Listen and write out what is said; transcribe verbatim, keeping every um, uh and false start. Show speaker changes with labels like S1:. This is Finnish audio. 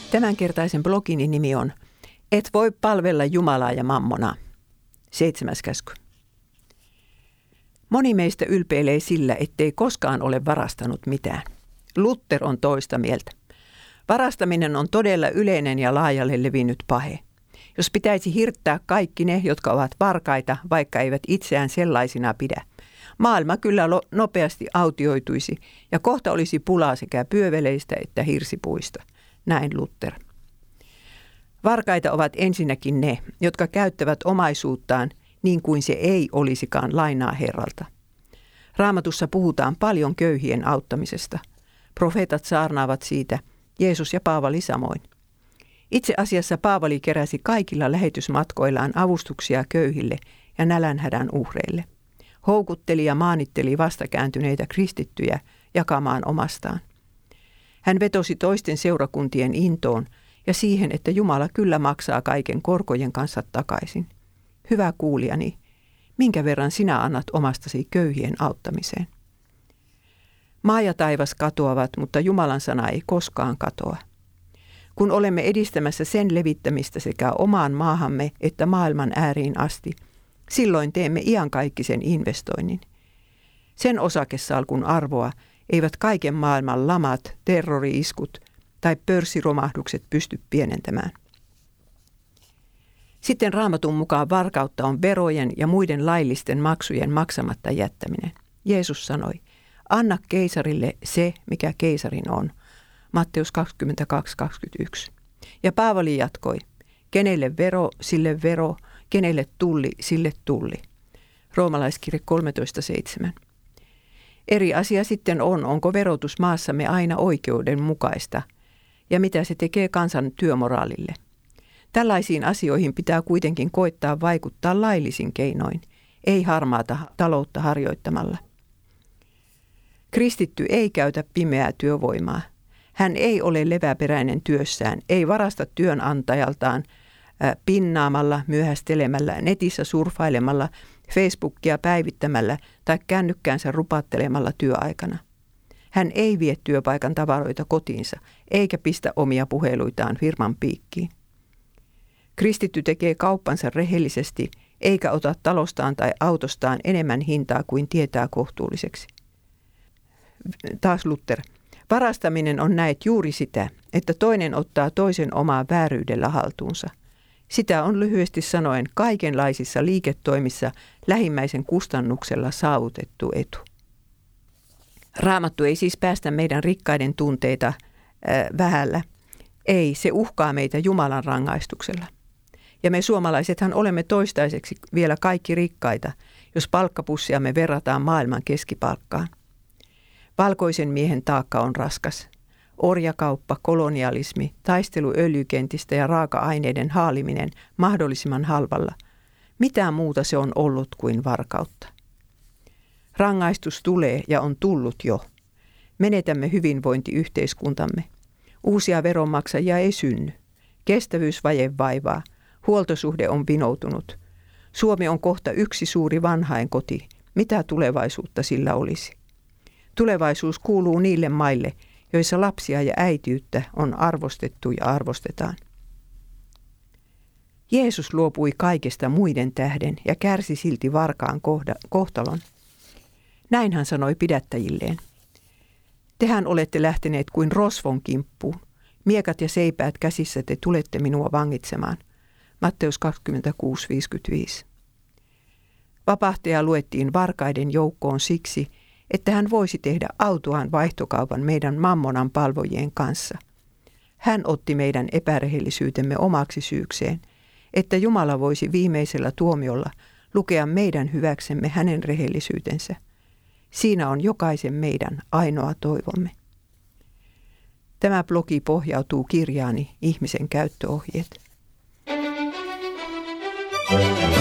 S1: Tämänkertaisen blogini nimi on Et voi palvella Jumalaa ja mammonaa. Seitsemäs käsky. Moni meistä ylpeilee sillä, ettei koskaan ole varastanut mitään. Luther on toista mieltä. Varastaminen on todella yleinen ja laajalle levinnyt pahe. Jos pitäisi hirttää kaikki ne, jotka ovat varkaita, vaikka eivät itseään sellaisina pidä, maailma kyllä nopeasti autioituisi ja kohta olisi pulaa sekä pyöveleistä että hirsipuista. Näin Luther. Varkaita ovat ensinnäkin ne, jotka käyttävät omaisuuttaan niin kuin se ei olisikaan lainaa Herralta. Raamatussa puhutaan paljon köyhien auttamisesta. Profeetat saarnaavat siitä, Jeesus ja Paavali samoin. Itse asiassa Paavali keräsi kaikilla lähetysmatkoillaan avustuksia köyhille ja nälänhädän uhreille. Houkutteli ja maanitteli vastakääntyneitä kristittyjä jakamaan omastaan. Hän vetosi toisten seurakuntien intoon ja siihen, että Jumala kyllä maksaa kaiken korkojen kanssa takaisin. Hyvä kuulijani, minkä verran sinä annat omastasi köyhien auttamiseen? Maa ja taivas katoavat, mutta Jumalan sana ei koskaan katoa. Kun olemme edistämässä sen levittämistä sekä omaan maahamme että maailman ääriin asti, silloin teemme iankaikkisen investoinnin. Sen osakesalkun arvoa eivät kaiken maailman lamat, terrori-iskut tai pörssiromahdukset pysty pienentämään. Sitten Raamatun mukaan varkautta on verojen ja muiden laillisten maksujen maksamatta jättäminen. Jeesus sanoi, anna keisarille se, mikä keisarin on. Matteus kaksikymmentäkaksi kaksikymmentäyksi. Ja Paavali jatkoi, kenelle vero, sille vero, kenelle tulli, sille tulli. Roomalaiskirje kolmetoista seitsemän. Eri asia sitten on, onko verotus maassamme aina oikeudenmukaista ja mitä se tekee kansan työmoraalille. Tällaisiin asioihin pitää kuitenkin koittaa vaikuttaa laillisin keinoin, ei harmaata taloutta harjoittamalla. Kristitty ei käytä pimeää työvoimaa. Hän ei ole leväperäinen työssään, ei varasta työnantajaltaan äh, pinnaamalla, myöhästelemällä, netissä surfailemalla, Facebookia päivittämällä tai kännykkäänsä rupattelemalla työaikana. Hän ei vie työpaikan tavaroita kotiinsa, eikä pistä omia puheluitaan firman piikkiin. Kristitty tekee kauppansa rehellisesti, eikä ota talostaan tai autostaan enemmän hintaa kuin tietää kohtuulliseksi. Taas Luther. Varastaminen on näet juuri sitä, että toinen ottaa toisen omaa vääryydellä haltuunsa. Sitä on lyhyesti sanoen kaikenlaisissa liiketoimissa lähimmäisen kustannuksella saavutettu etu. Raamattu ei siis päästä meidän rikkaiden tunteita äh, vähällä. Ei, se uhkaa meitä Jumalan rangaistuksella. Ja me suomalaisethan olemme toistaiseksi vielä kaikki rikkaita, jos palkkapussiamme verrataan maailman keskipalkkaan. Valkoisen miehen taakka on raskas. Orjakauppa, kolonialismi, taistelu öljykentistä ja raaka-aineiden haaliminen mahdollisimman halvalla. Mitään muuta se on ollut kuin varkautta. Rangaistus tulee ja on tullut jo. Menetämme hyvinvointiyhteiskuntamme. Uusia veronmaksajia ei synny. Kestävyysvaje vaivaa. Huoltosuhde on vinoutunut. Suomi on kohta yksi suuri vanhainkoti. Mitä tulevaisuutta sillä olisi? Tulevaisuus kuuluu niille maille, joissa lapsia ja äitiyttä on arvostettu ja arvostetaan. Jeesus luopui kaikesta muiden tähden ja kärsi silti varkaan kohtalon. Näin hän sanoi pidättäjilleen. Tehän olette lähteneet kuin rosvon kimppuun. Miekat ja seipäät käsissä te tulette minua vangitsemaan. Matteus kaksikymmentäkuusi viisikymmentäviisi. Vapahtaja luettiin varkaiden joukkoon siksi, että hän voisi tehdä autuaan vaihtokaupan meidän mammonan palvojien kanssa. Hän otti meidän epärehellisyytemme omaksi syykseen, että Jumala voisi viimeisellä tuomiolla lukea meidän hyväksemme hänen rehellisyytensä. Siinä on jokaisen meidän ainoa toivomme. Tämä blogi pohjautuu kirjaani Ihmisen käyttöohjeet.